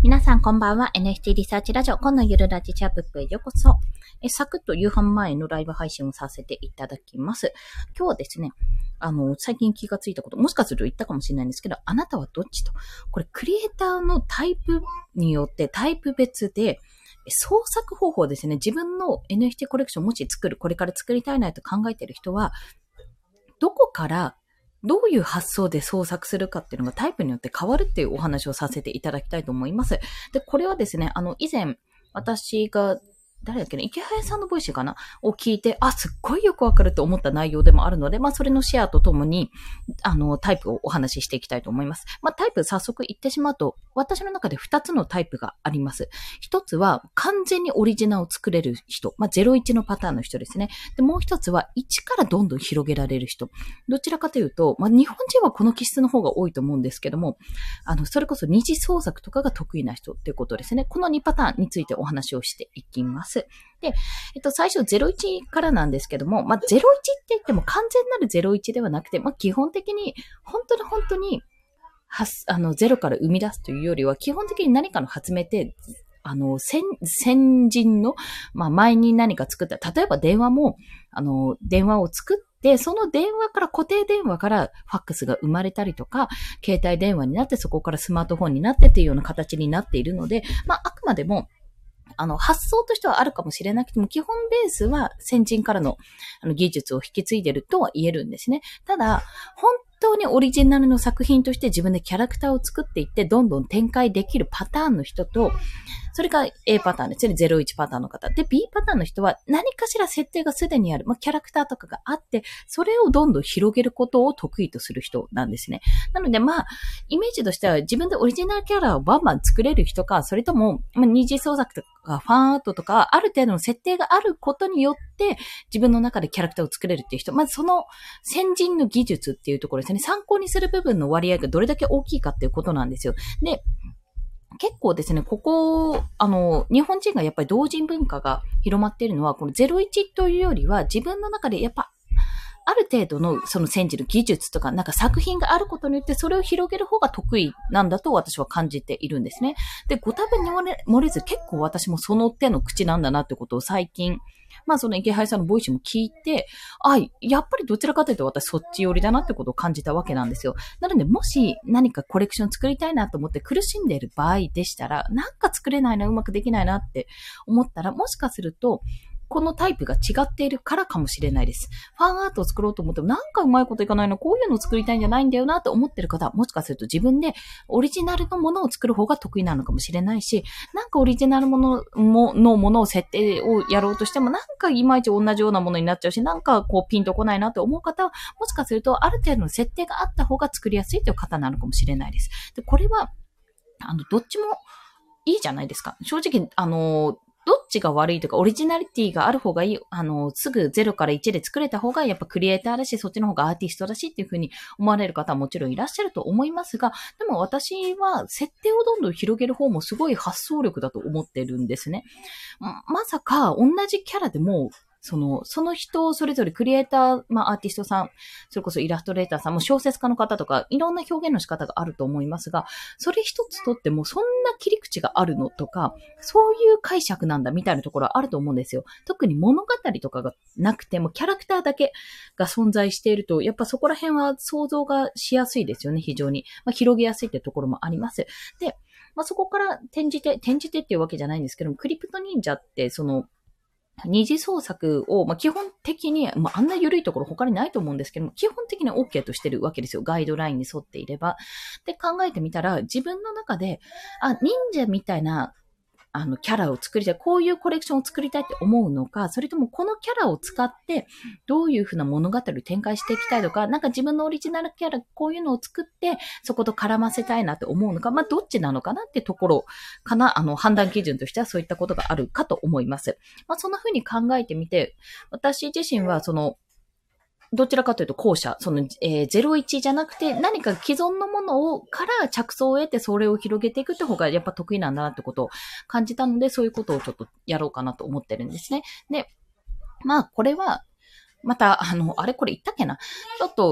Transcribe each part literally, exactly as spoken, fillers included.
皆さんこんばんは。エヌエフティー リサーチラジオ、今のゆるラジチャップへようこそ。え、サクッと夕飯前のライブ配信をさせていただきます。今日はですね、あの、最近気がついたこと、もしかすると言ったかもしれないんですけど、あなたはどっちと。これ、クリエイターのタイプによって、タイプ別で、創作方法ですね。自分の エヌエフティー コレクションをもし作る、これから作りたいなと考えている人は、どこからどういう発想で創作するかっていうのがタイプによって変わるっていうお話をさせていただきたいと思います。で、これはですね、あの、以前、私が、誰だっけね、池早さんのボイスかなを聞いて、あ、すっごいよくわかると思った内容でもあるので、まあ、それのシェアとともに、あの、タイプをお話ししていきたいと思います。まあ、タイプ早速言ってしまうと、私の中でふたつのタイプがあります。ひとつは、完全にオリジナルを作れる人。まあ、ゼロイチのパターンの人ですね。で、もうひとつは、いちからどんどん広げられる人。どちらかというと、まあ、日本人はこの気質の方が多いと思うんですけども、あの、それこそ二次創作とかが得意な人っていうことですね。このにパターンについてお話をしていきます。で、えっと、最初ゼロイチからなんですけども、まあ、ゼロイチって言っても完全なるゼロイチではなくて、まあ、基本的に、本当に本当に、はあの、ゼロから生み出すというよりは、基本的に何かの発明って、あの、先、先人の、まあ、前に何か作った、例えば電話も、あの、電話を作って、その電話から固定電話からファックスが生まれたりとか、携帯電話になってそこからスマートフォンになってっていうような形になっているので、まあ、あくまでも、あの、発想としてはあるかもしれなくても、基本ベースは先人からの、あの技術を引き継いでるとは言えるんですね。ただ、本当にオリジナルの作品として自分でキャラクターを作っていって、どんどん展開できるパターンの人と、それが A パターンですね。ゼロイチパターンの方。で、B パターンの人は何かしら設定がすでにある。まあ、キャラクターとかがあって、それをどんどん広げることを得意とする人なんですね。なので、まあ、イメージとしては自分でオリジナルキャラをバンバン作れる人か、それとも、まあ、二次創作とかファンアートとか、ある程度の設定があることによって、自分の中でキャラクターを作れるっていう人。まずその先人の技術っていうところですね。参考にする部分の割合がどれだけ大きいかっていうことなんですよ。で、結構ですね、ここ、あの、日本人がやっぱり同人文化が広まっているのは、このゼロイチというよりは、自分の中でやっぱ、ある程度のその先人の技術とか、なんか作品があることによってそれを広げる方が得意なんだと私は感じているんですね。で、ご多分に漏れ、漏れず結構私もその手の口なんだなってことを最近、まあその池原さんのボイスも聞いて、あ、やっぱりどちらかというと私そっち寄りだなってことを感じたわけなんですよ。なのでもし何かコレクション作りたいなと思って苦しんでいる場合でしたら、なんか作れないな、うまくできないなって思ったら、もしかすると、このタイプが違っているからかもしれないです。ファンアートを作ろうと思ってもなんかうまいこといかないの、こういうのを作りたいんじゃないんだよなと思ってる方は、もしかすると自分でオリジナルのものを作る方が得意なのかもしれないし、なんかオリジナルものものものを設定をやろうとしてもなんかいまいち同じようなものになっちゃうし、なんかこうピンとこないなと思う方は、もしかするとある程度の設定があった方が作りやすいという方なのかもしれないです。で、これは、あの、どっちもいいじゃないですか。正直、あの、どっちが悪いとか、オリジナリティがある方がいい、あの、すぐゼロからいちで作れた方が、やっぱクリエイターだし、そっちの方がアーティストだしっていう風に思われる方はもちろんいらっしゃると思いますが、でも私は設定をどんどん広げる方もすごい発想力だと思ってるんですね。まさか、同じキャラでも、その、その人、それぞれクリエイター、まあアーティストさん、それこそイラストレーターさんも小説家の方とか、いろんな表現の仕方があると思いますが、それ一つとってもそんな切り口があるのとか、そういう解釈なんだみたいなところはあると思うんですよ。特に物語とかがなくても、キャラクターだけが存在していると、やっぱそこら辺は想像がしやすいですよね、非常に。まあ、広げやすいってところもあります。で、まあ、そこから転じて、転じてっていうわけじゃないんですけども、クリプト忍者って、その、二次創作を、まあ、基本的に、まあ、あんな緩いところ他にないと思うんですけども、基本的に OK としてるわけですよ。ガイドラインに沿っていれば。で、考えてみたら、自分の中で、あ、忍者みたいな、あの、キャラを作りたい。こういうコレクションを作りたいって思うのか、それともこのキャラを使って、どういうふうな物語を展開していきたいとか、なんか自分のオリジナルキャラ、こういうのを作って、そこと絡ませたいなって思うのか、まあ、どっちなのかなってところかな、あの、判断基準としてはそういったことがあるかと思います。まあ、そんなふうに考えてみて、私自身はその、どちらかというと後者、その、えー、ゼロイチじゃなくて何か既存のものをから着想を得てそれを広げていくって方がやっぱ得意なんだなってことを感じたので、そういうことをちょっとやろうかなと思ってるんですね。で、まあこれは、また、あの、あれこれ言ったっけなちょっと、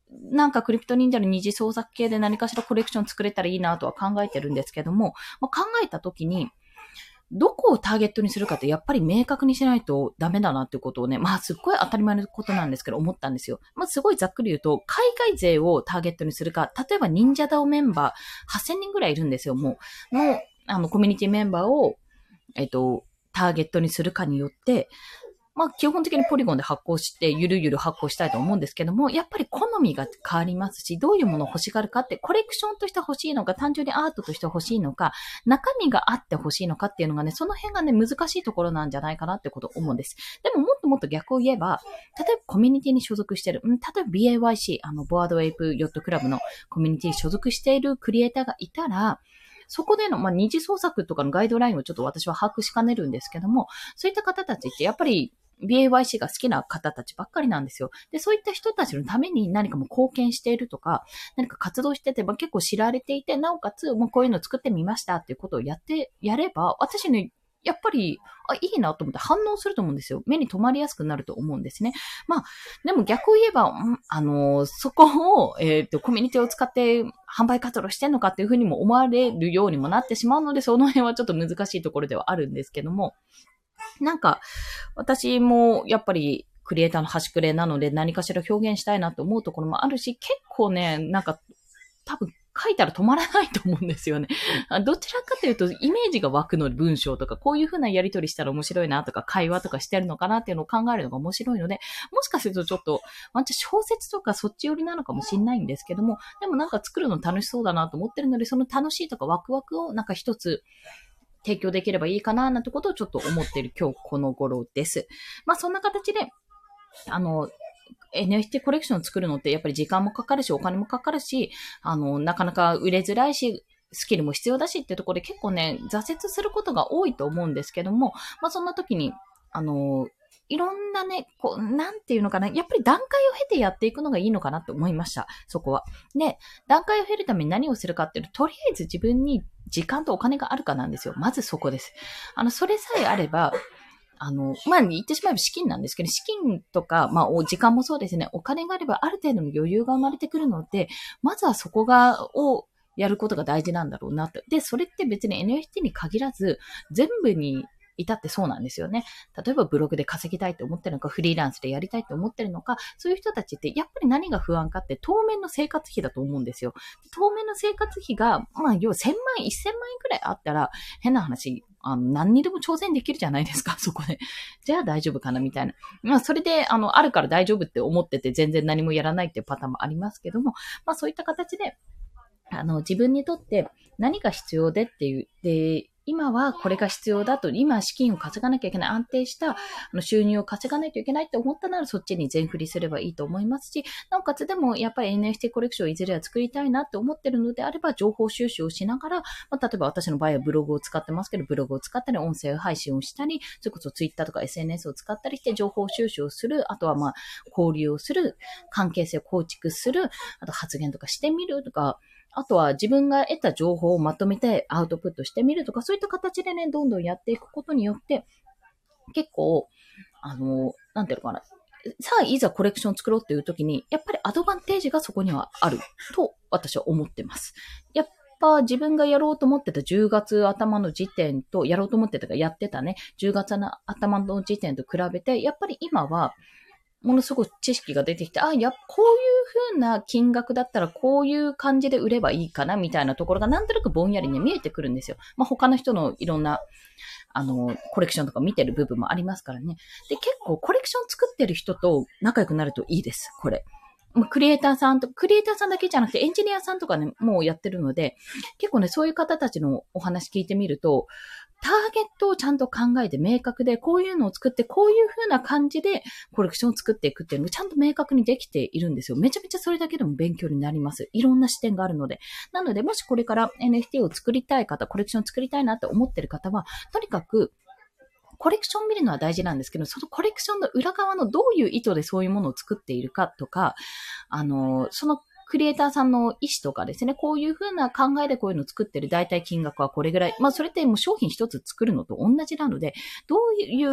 なんかクリプト忍者の二次創作系で何かしらコレクション作れたらいいなとは考えてるんですけども、まあ、考えたときに、どこをターゲットにするかってやっぱり明確にしないとダメだなっていうことをね、まあすっごい当たり前のことなんですけど思ったんですよ。まあすごいざっくり言うと、海外勢をターゲットにするか、例えば忍者ダオメンバーはっせんにんぐらいいるんですよ、もう。の、あのコミュニティメンバーを、えっと、ターゲットにするかによって、まあ基本的にポリゴンで発行して、ゆるゆる発行したいと思うんですけども、やっぱり好みが変わりますし、どういうものを欲しがるかって、コレクションとして欲しいのか、単純にアートとして欲しいのか、中身があって欲しいのかっていうのがね、その辺がね、難しいところなんじゃないかなってことを思うんです。でももっともっと逆を言えば、例えばコミュニティに所属してる、例えば ビーエーワイシー、あの、ボワードウェイプヨットクラブのコミュニティに所属しているクリエイターがいたら、そこでの、まあ、二次創作とかのガイドラインをちょっと私は把握しかねるんですけども、そういった方たちってやっぱり、ビーエーワイシー が好きな方たちばっかりなんですよ。で、そういった人たちのために何かも貢献しているとか、何か活動してて、まあ、結構知られていて、なおかつ、もうこういうの作ってみましたっていうことをやって、やれば、私ね、やっぱり、あ、いいなと思って反応すると思うんですよ。目に留まりやすくなると思うんですね。まあ、でも逆を言えば、あの、そこを、えっと、コミュニティを使って販売活動してんのかっていうふうにも思われるようにもなってしまうので、その辺はちょっと難しいところではあるんですけども、なんか、私もやっぱりクリエイターの端くれなので何かしら表現したいなと思うところもあるし、結構ね、なんか多分書いたら止まらないと思うんですよね。どちらかというとイメージが湧くので文章とかこういう風なやり取りしたら面白いなとか会話とかしてるのかなっていうのを考えるのが面白いので、もしかするとちょっとワンチャン小説とかそっち寄りなのかもしれないんですけども、でもなんか作るの楽しそうだなと思ってるので、その楽しいとかワクワクをなんか一つ提供できればいいかななんてことをちょっと思っている今日この頃です。まあそんな形で、あの、エヌエフティー コレクションを作るのってやっぱり時間もかかるし、お金もかかるし、あの、なかなか売れづらいし、スキルも必要だしっていうところで結構ね、挫折することが多いと思うんですけども、まあそんな時に、あの、いろんなね、こう、なんていうのかな。やっぱり段階を経てやっていくのがいいのかなって思いました。そこは。で、段階を経るために何をするかっていうと、とりあえず自分に時間とお金があるかなんですよ。まずそこです。あの、それさえあれば、あの、まあ、言ってしまえば資金なんですけど、資金とか、まあ、お時間もそうですね。お金があればある程度の余裕が生まれてくるので、まずはそこが、をやることが大事なんだろうなと。で、それって別に エヌエフティー に限らず、全部に、至ってそうなんですよね。例えばブログで稼ぎたいと思ってるのか、フリーランスでやりたいと思ってるのか、そういう人たちってやっぱり何が不安かって当面の生活費だと思うんですよ。当面の生活費が、まあ、要はせんまん、せんまん円くらいあったら、変な話、あの、何にでも挑戦できるじゃないですか、そこで。じゃあ大丈夫かなみたいな。まあ、それで、あの、あるから大丈夫って思ってて全然何もやらないっていうパターンもありますけども、まあ、そういった形で、あの、自分にとって何が必要でっていう、で、今はこれが必要だと、今資金を稼がなきゃいけない、安定した収入を稼がないといけないって思ったならそっちに全振りすればいいと思いますし、なおかつでもやっぱり エヌエフティー コレクションをいずれは作りたいなって思ってるのであれば、情報収集をしながら、まあ、例えば私の場合はブログを使ってますけど、ブログを使ったり、音声配信をしたり、それこそ Twitter とか エスエヌエス を使ったりして情報収集をする、あとはまあ交流をする、関係性を構築する、あと発言とかしてみるとか、あとは自分が得た情報をまとめてアウトプットしてみるとか、そういった形でね、どんどんやっていくことによって、結構、あの、なんていうのかな。さあ、いざコレクション作ろうっていう時に、やっぱりアドバンテージがそこにはあると私は思ってます。やっぱ自分がやろうと思ってたじゅうがつ頭の時点と、やろうと思ってたかやってたね、じゅうがつの頭の時点と比べて、やっぱり今は、ものすごく知識が出てきて、あ、やっぱこういう風な金額だったらこういう感じで売ればいいかなみたいなところがなんとなくぼんやりね見えてくるんですよ。まあ他の人のいろんなあのコレクションとか見てる部分もありますからね。で、結構コレクション作ってる人と仲良くなるといいです。これ。クリエイターさんと、クリエイターさんだけじゃなくてエンジニアさんとかね、もうやってるので、結構ね、そういう方たちのお話聞いてみると、ターゲットをちゃんと考えて明確で、こういうのを作って、こういう風な感じでコレクションを作っていくっていうのがちゃんと明確にできているんですよ。めちゃめちゃそれだけでも勉強になります。いろんな視点があるので。なので、もしこれから エヌエフティー を作りたい方、コレクションを作りたいなって思ってる方は、とにかく、コレクション見るのは大事なんですけど、そのコレクションの裏側のどういう意図でそういうものを作っているかとか、あの、そのクリエイターさんの意思とかですね、こういう風な考えでこういうのを作ってる大体金額はこれぐらい。まあそれってもう商品一つ作るのと同じなので、どういう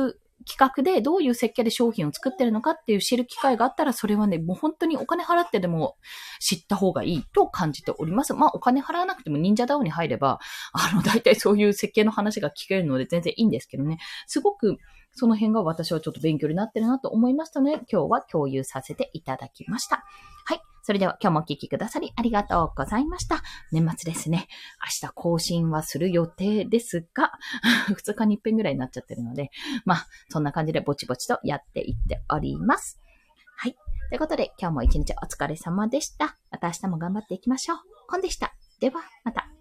企画でどういう設計で商品を作ってるのかっていう知る機会があったら、それはね、もう本当にお金払ってでも知った方がいいと感じております。まあ、お金払わなくても忍者ダオに入れば、あの、大体そういう設計の話が聞けるので全然いいんですけどね。すごく、その辺が私はちょっと勉強になってるなと思いましたので、今日は共有させていただきました。はい。それでは今日もお聞きくださりありがとうございました。年末ですね。明日更新はする予定ですが、ふつかに一遍ぐらいになっちゃってるので、まあ、そんな感じでぼちぼちとやっていっております。はい。ということで、今日も一日お疲れ様でした。また明日も頑張っていきましょう。コンでした。では、また。